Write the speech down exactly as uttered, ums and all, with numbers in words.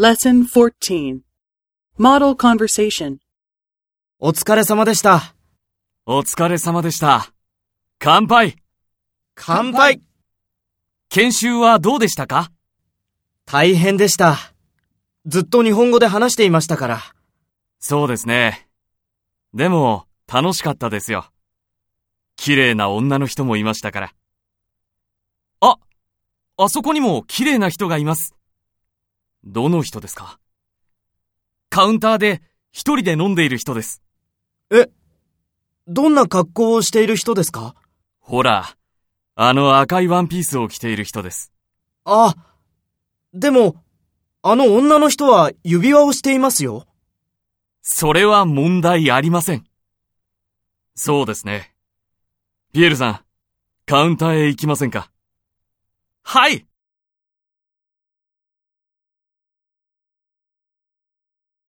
Lesson fourteen. Model Conversation. お疲れ様でした。 お疲れ様でした。乾杯。 乾杯。 研修はどうでしたか？ 大変でした。ずっと日本語で話していましたから。 そうですね。でも楽しかったですよ。綺麗な女の人もいましたから。あ、あそこにも綺麗な人がいます。どの人ですか？カウンターで一人で飲んでいる人です。 え、どんな格好をしている人ですか？ ほら、あの赤いワンピースを着ている人です。 あ、でも、あの女の人は指輪をしていますよ。 それは問題ありません。そうですね。ピエールさん、カウンターへ行きませんか？はい。